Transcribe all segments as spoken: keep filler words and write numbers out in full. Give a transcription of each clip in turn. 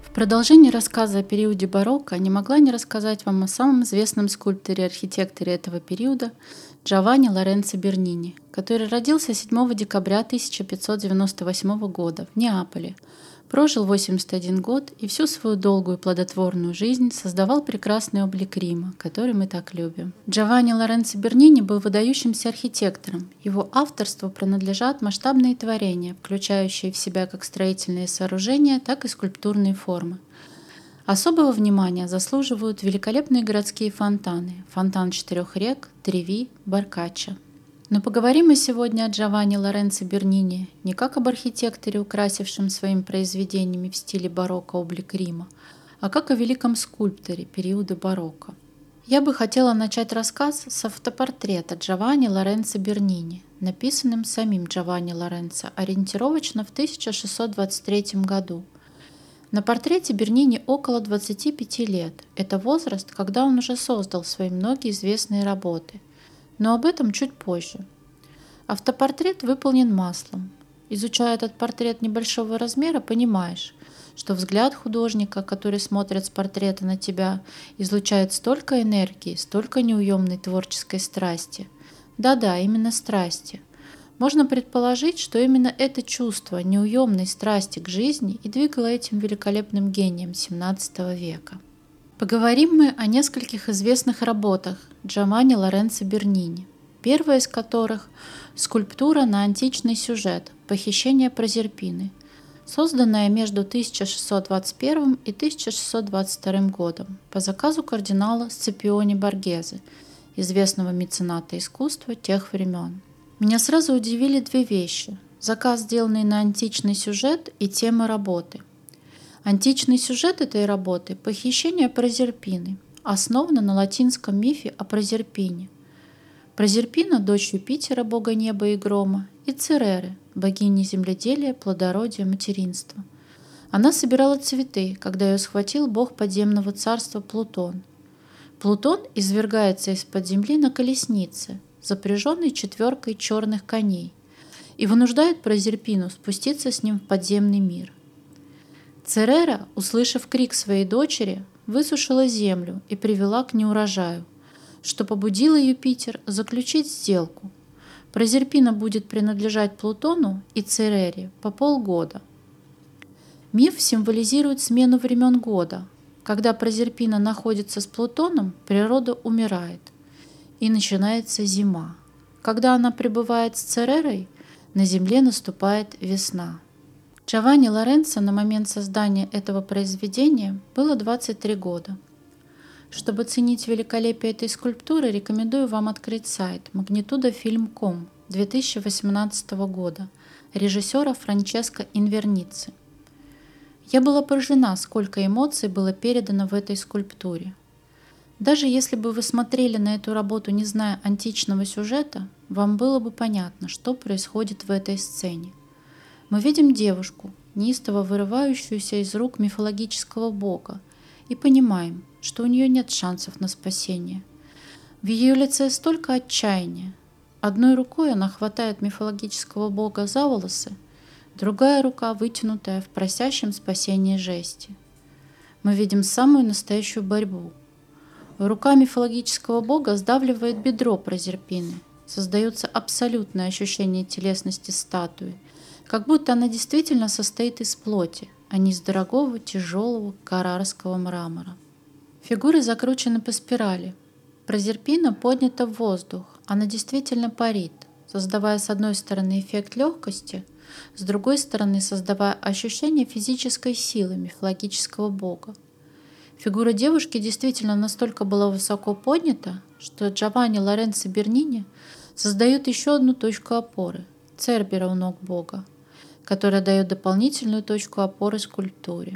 В продолжении рассказа о периоде барокко не могла не рассказать вам о самом известном скульпторе и архитекторе этого периода Джованни Лоренцо Бернини, который родился седьмого декабря тысяча пятьсот девяносто восьмого года в Неаполе, прожил восемьдесят один год и всю свою долгую плодотворную жизнь создавал прекрасный облик Рима, который мы так любим. Джованни Лоренцо Бернини был выдающимся архитектором. Его авторству принадлежат масштабные творения, включающие в себя как строительные сооружения, так и скульптурные формы. Особого внимания заслуживают великолепные городские фонтаны – фонтан четырех рек, Треви, Баркаччо. Но поговорим мы сегодня о Джованни Лоренцо Бернини не как об архитекторе, украсившем своими произведениями в стиле барокко облик Рима, а как о великом скульпторе периода барокко. Я бы хотела начать рассказ с автопортрета Джованни Лоренцо Бернини, написанным самим Джованни Лоренцо ориентировочно в тысяча шестьсот двадцать третьем году. На портрете Бернини около двадцати пяти лет. Это возраст, когда он уже создал свои многие известные работы. Но об этом чуть позже. Автопортрет выполнен маслом. Изучая этот портрет небольшого размера, понимаешь, что взгляд художника, который смотрит с портрета на тебя, излучает столько энергии, столько неуемной творческой страсти. Да-да, именно страсти. Можно предположить, что именно это чувство неуемной страсти к жизни и двигало этим великолепным гением семнадцатого века. Поговорим мы о нескольких известных работах Джованни Лоренцо Бернини, первая из которых – скульптура на античный сюжет «Похищение Прозерпины», созданная между тысяча шестьсот двадцать первым и тысяча шестьсот двадцать вторым годом по заказу кардинала Сципиони Боргезе, известного мецената искусства тех времен. Меня сразу удивили две вещи – заказ, сделанный на античный сюжет, и тема работы. Античный сюжет этой работы – похищение Прозерпины, основано на латинском мифе о Прозерпине. Прозерпина – дочь Юпитера, бога неба и грома, и Цереры, богини земледелия, плодородия, материнства. Она собирала цветы, когда ее схватил бог подземного царства Плутон. Плутон извергается из-под земли на колеснице, запряженной четверкой черных коней, и вынуждает Прозерпину спуститься с ним в подземный мир. Церера, услышав крик своей дочери, высушила землю и привела к неурожаю, что побудило Юпитер заключить сделку. Прозерпина будет принадлежать Плутону и Церере по полгода. Миф символизирует смену времен года. Когда Прозерпина находится с Плутоном, природа умирает, и начинается зима. Когда она пребывает с Церерой, на земле наступает весна. Джованни Лоренцо на момент создания этого произведения было двадцать три года. Чтобы ценить великолепие этой скульптуры, рекомендую вам открыть сайт магнитудофильм точка ком две тысячи восемнадцатого года режиссера Франческо Инверници. Я была поражена, сколько эмоций было передано в этой скульптуре. Даже если бы вы смотрели на эту работу, не зная античного сюжета, вам было бы понятно, что происходит в этой сцене. Мы видим девушку, неистово вырывающуюся из рук мифологического бога, и понимаем, что у нее нет шансов на спасение. В ее лице столько отчаяния. Одной рукой она хватает мифологического бога за волосы, другая рука вытянутая в просящем спасения жесте. Мы видим самую настоящую борьбу. Рука мифологического бога сдавливает бедро Прозерпины. Создается абсолютное ощущение телесности статуи, как будто она действительно состоит из плоти, а не из дорогого, тяжелого каррарского мрамора. Фигуры закручены по спирали. Прозерпина поднята в воздух, она действительно парит, создавая с одной стороны эффект легкости, с другой стороны создавая ощущение физической силы мифологического бога. Фигура девушки действительно настолько была высоко поднята, что Джованни Лоренцо Бернини создает еще одну точку опоры – Цербера у ног бога, которая дает дополнительную точку опоры скульптуре.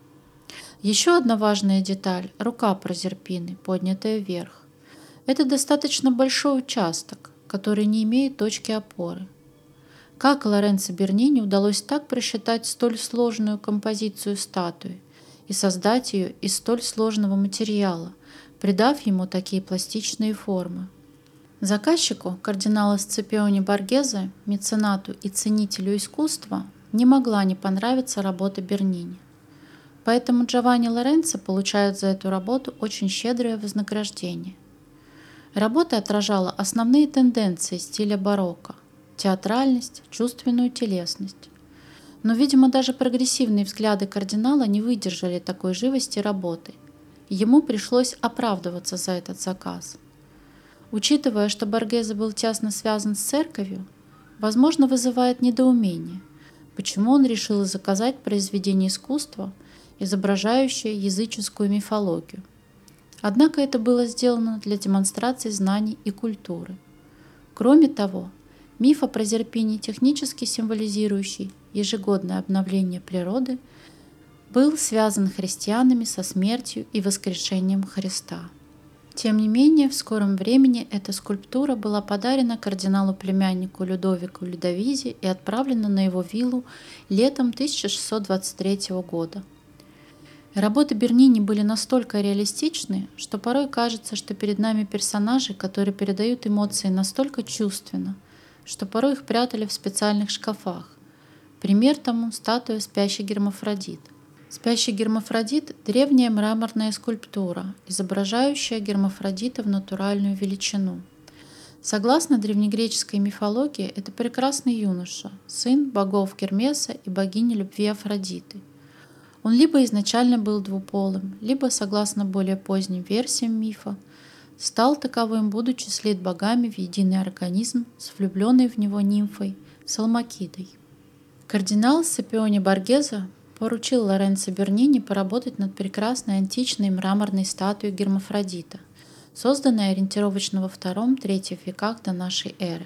Еще одна важная деталь – рука Прозерпины, поднятая вверх. Это достаточно большой участок, который не имеет точки опоры. Как Лоренцо Бернини удалось так просчитать столь сложную композицию статуи и создать ее из столь сложного материала, придав ему такие пластичные формы? Заказчику, кардиналу Сципиони Боргезе, меценату и ценителю искусства, не могла не понравиться работа Бернини. Поэтому Джованни Лоренцо получает за эту работу очень щедрое вознаграждение. Работа отражала основные тенденции стиля барокко – театральность, чувственную телесность. Но, видимо, даже прогрессивные взгляды кардинала не выдержали такой живости работы. Ему пришлось оправдываться за этот заказ. Учитывая, что Боргезе был тесно связан с церковью, возможно, вызывает недоумение, почему он решил заказать произведение искусства, изображающее языческую мифологию. Однако это было сделано для демонстрации знаний и культуры. Кроме того, миф о Прозерпине, технически символизирующий ежегодное обновление природы, был связан христианами со смертью и воскрешением Христа. Тем не менее, в скором времени эта скульптура была подарена кардиналу-племяннику Людовику Людовизи и отправлена на его виллу летом тысяча шестьсот двадцать третьего года. Работы Бернини были настолько реалистичны, что порой кажется, что перед нами персонажи, которые передают эмоции настолько чувственно, что порой их прятали в специальных шкафах. Пример тому – статуя «Спящий Гермафродит». Спящий Гермафродит – древняя мраморная скульптура, изображающая Гермафродита в натуральную величину. Согласно древнегреческой мифологии, это прекрасный юноша, сын богов Гермеса и богини любви Афродиты. Он либо изначально был двуполым, либо, согласно более поздним версиям мифа, стал таковым, будучи слит богами в единый организм с влюбленной в него нимфой Салмакидой. Кардинал Сципионе Боргезе поручил Лоренцо Бернини поработать над прекрасной античной мраморной статуей Гермафродита, созданной ориентировочно во втором-третьем веках до нашей эры.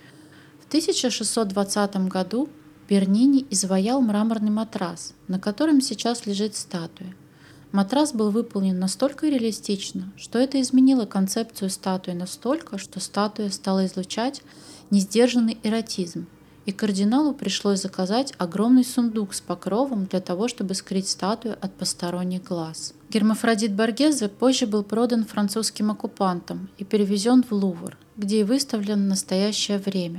В тысяча шестьсот двадцатом году Бернини изваял мраморный матрас, на котором сейчас лежит статуя. Матрас был выполнен настолько реалистично, что это изменило концепцию статуи настолько, что статуя стала излучать несдержанный эротизм, и кардиналу пришлось заказать огромный сундук с покровом для того, чтобы скрыть статую от посторонних глаз. Гермафродит Боргезе позже был продан французским оккупантам и перевезен в Лувр, где и выставлен в настоящее время.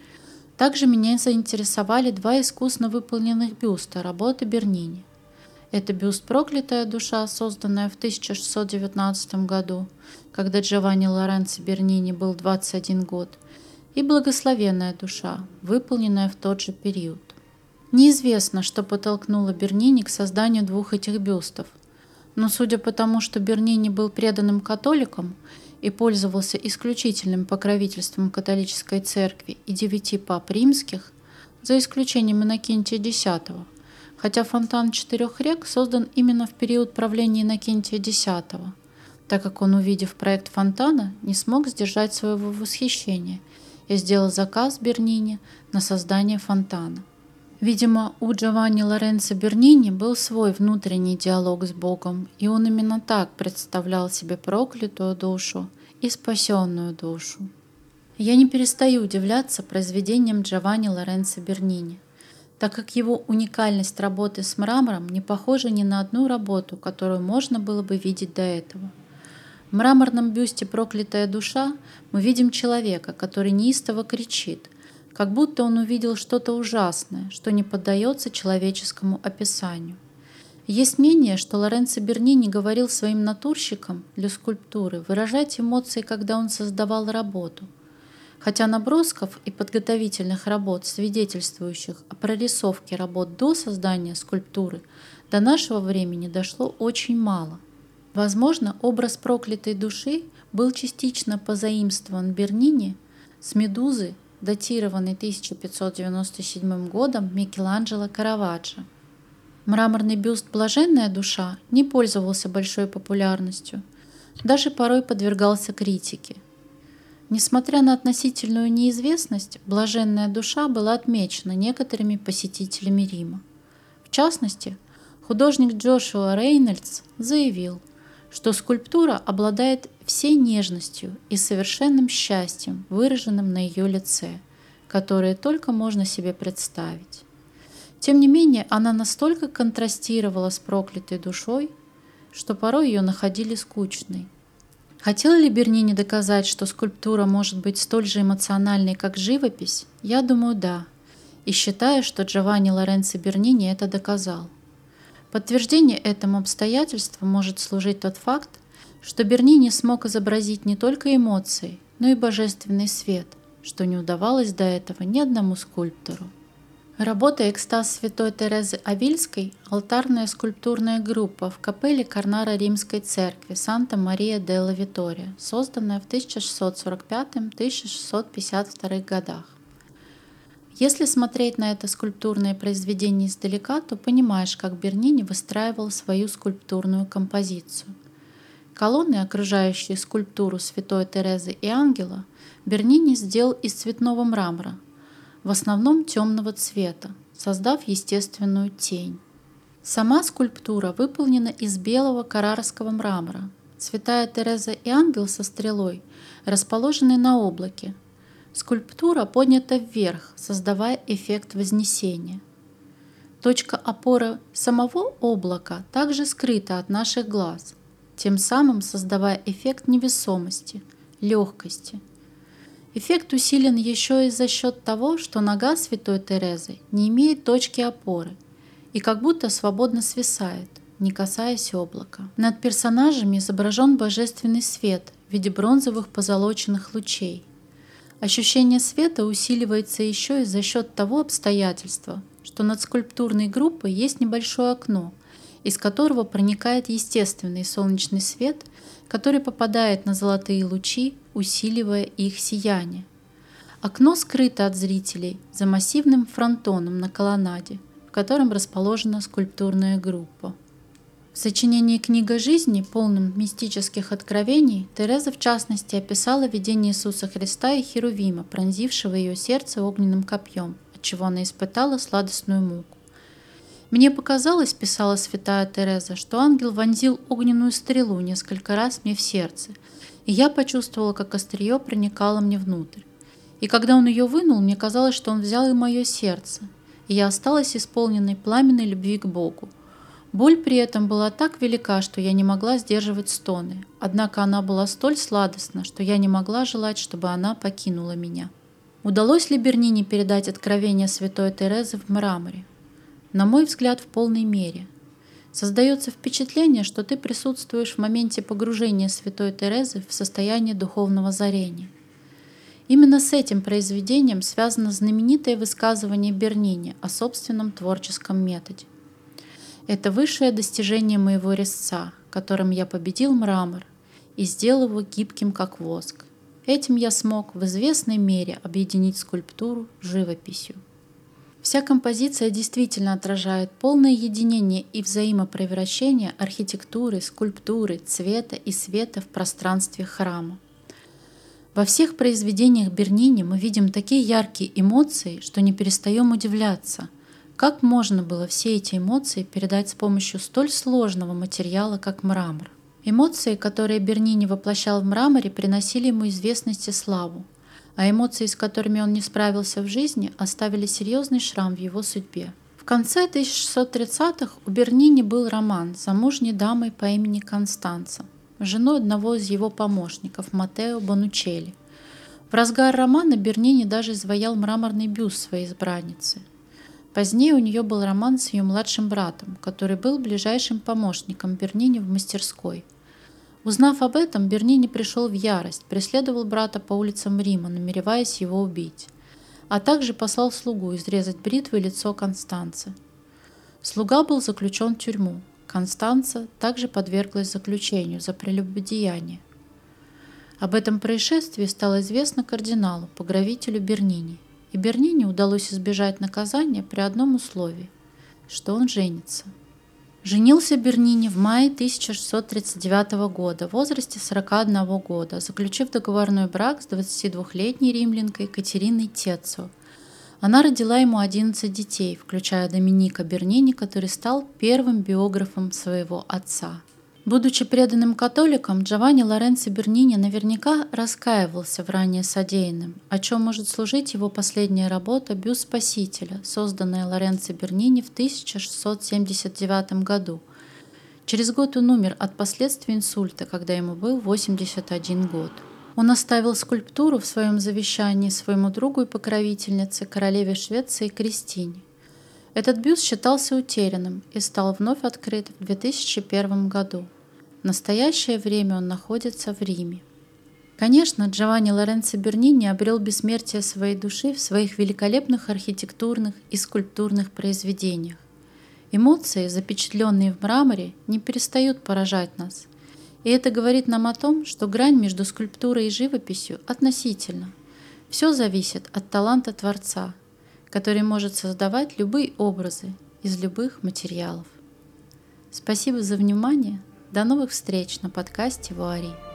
Также меня заинтересовали два искусно выполненных бюста работы Бернини. Это бюст «Проклятая душа», созданная в тысяча шестьсот девятнадцатом году, когда Джованни Лоренцо Бернини был двадцать один год, и «Благословенная душа», выполненная в тот же период. Неизвестно, что подтолкнуло Бернини к созданию двух этих бюстов, но судя по тому, что Бернини был преданным католиком и пользовался исключительным покровительством католической церкви и девяти пап римских, за исключением Иннокентия X, хотя фонтан четырех рек создан именно в период правления Иннокентия X, так как он, увидев проект фонтана, не смог сдержать своего восхищения и сделал заказ Бернини на создание фонтана. Видимо, у Джованни Лоренцо Бернини был свой внутренний диалог с Богом, и он именно так представлял себе проклятую душу и спасенную душу. Я не перестаю удивляться произведениям Джованни Лоренцо Бернини, так как его уникальность работы с мрамором не похожа ни на одну работу, которую можно было бы видеть до этого. В мраморном бюсте «Проклятая душа» мы видим человека, который неистово кричит, как будто он увидел что-то ужасное, что не поддается человеческому описанию. Есть мнение, что Лоренцо Бернини говорил своим натурщикам для скульптуры выражать эмоции, когда он создавал работу. Хотя набросков и подготовительных работ, свидетельствующих о прорисовке работ до создания скульптуры, до нашего времени дошло очень мало. Возможно, образ проклятой души был частично позаимствован Бернини с «Медузы», датированной тысяча пятьсот девяносто седьмым годом Микеланджело Караваджо. Мраморный бюст «Блаженная душа» не пользовался большой популярностью, даже порой подвергался критике. Несмотря на относительную неизвестность, «Блаженная душа» была отмечена некоторыми посетителями Рима. В частности, художник Джошуа Рейнольдс заявил, что скульптура обладает всей нежностью и совершенным счастьем, выраженным на ее лице, которое только можно себе представить. Тем не менее, она настолько контрастировала с проклятой душой, что порой ее находили скучной. Хотел ли Бернини доказать, что скульптура может быть столь же эмоциональной, как живопись? Я думаю, да, и считаю, что Джованни Лоренцо Бернини это доказал. подтверждение этому обстоятельству может служить тот факт, что Бернини смог изобразить не только эмоции, но и божественный свет, что не удавалось до этого ни одному скульптору. Работа «Экстаз святой Терезы Авильской» – алтарная скульптурная группа в капелле Корнара Римской церкви Санта-Мария-делла Витория, созданная в тысяча шестьсот сорок пятом — тысяча шестьсот пятьдесят втором годах. Если смотреть на это скульптурное произведение издалека, то понимаешь, как Бернини выстраивал свою скульптурную композицию. Колонны, окружающие скульптуру святой Терезы и ангела, Бернини сделал из цветного мрамора, в основном темного цвета, создав естественную тень. Сама скульптура выполнена из белого каррарского мрамора. Святая Тереза и ангел со стрелой расположены на облаке. Скульптура поднята вверх, создавая эффект вознесения. Точка опоры самого облака также скрыта от наших глаз, тем самым создавая эффект невесомости, легкости. Эффект усилен еще и за счет того, что нога святой Терезы не имеет точки опоры и как будто свободно свисает, не касаясь облака. Над персонажами изображен божественный свет в виде бронзовых позолоченных лучей. Ощущение света усиливается еще и за счет того обстоятельства, что над скульптурной группой есть небольшое окно, из которого проникает естественный солнечный свет, который попадает на золотые лучи, усиливая их сияние. Окно скрыто от зрителей за массивным фронтоном на колоннаде, в котором расположена скульптурная группа. В сочинении «Книга жизни», полном мистических откровений, Тереза в частности описала видение Иисуса Христа и Херувима, пронзившего ее сердце огненным копьем, отчего она испытала сладостную муку. «Мне показалось, — писала святая Тереза, — что ангел вонзил огненную стрелу несколько раз мне в сердце, и я почувствовала, как острие проникало мне внутрь. И когда он ее вынул, мне казалось, что он взял и мое сердце, и я осталась исполненной пламенной любви к Богу. Боль при этом была так велика, что я не могла сдерживать стоны, однако она была столь сладостна, что я не могла желать, чтобы она покинула меня». Удалось ли Бернини передать откровение святой Терезы в мраморе? На мой взгляд, в полной мере. Создается впечатление, что ты присутствуешь в моменте погружения святой Терезы в состояние духовного озарения. Именно с этим произведением связано знаменитое высказывание Бернини о собственном творческом методе. «Это высшее достижение моего резца, которым я победил мрамор и сделал его гибким, как воск. Этим я смог в известной мере объединить скульптуру с живописью». Вся композиция действительно отражает полное единение и взаимопревращение архитектуры, скульптуры, цвета и света в пространстве храма. Во всех произведениях Бернини мы видим такие яркие эмоции, что не перестаем удивляться, как можно было все эти эмоции передать с помощью столь сложного материала, как мрамор. Эмоции, которые Бернини воплощал в мраморе, приносили ему известность и славу, а эмоции, с которыми он не справился в жизни, оставили серьезный шрам в его судьбе. В конце тысяча шестьсот тридцатых у Бернини был роман с замужней дамой по имени Констанца, женой одного из его помощников, Маттео Бонучелли. В разгар романа Бернини даже изваял мраморный бюст своей избранницы. Позднее у нее был роман с ее младшим братом, который был ближайшим помощником Бернини в мастерской. Узнав об этом, Бернини пришел в ярость, преследовал брата по улицам Рима, намереваясь его убить, а также послал слугу изрезать бритвой лицо Констанцы. Слуга был заключен в тюрьму. Констанца также подверглась заключению за прелюбодеяние. Об этом происшествии стало известно кардиналу, покровителю Бернини, и Бернини удалось избежать наказания при одном условии – что он женится. Женился Бернини в мае тысяча шестьсот тридцать девятого года в возрасте сорока одного года, заключив договорной брак с двадцатидвухлетней римлянкой Катериной Теццо. Она родила ему одиннадцать детей, включая Доминика Бернини, который стал первым биографом своего отца. Будучи преданным католиком, Джованни Лоренцо Бернини наверняка раскаивался в ранее содеянном, о чем может служить его последняя работа «Бюст Спасителя», созданная Лоренцо Бернини в тысяча шестьсот семьдесят девятом году. Через год он умер от последствий инсульта, когда ему был восемьдесят один год. Он оставил скульптуру в своем завещании своему другу и покровительнице, королеве Швеции Кристине. Этот бюст считался утерянным и стал вновь открыт в две тысячи первом году. В настоящее время он находится в Риме. Конечно, Джованни Лоренцо Бернини обрел бессмертие своей души в своих великолепных архитектурных и скульптурных произведениях. Эмоции, запечатленные в мраморе, не перестают поражать нас. И это говорит нам о том, что грань между скульптурой и живописью относительна. Все зависит от таланта Творца, который может создавать любые образы из любых материалов. Спасибо за внимание. До новых встреч на подкасте Вуари.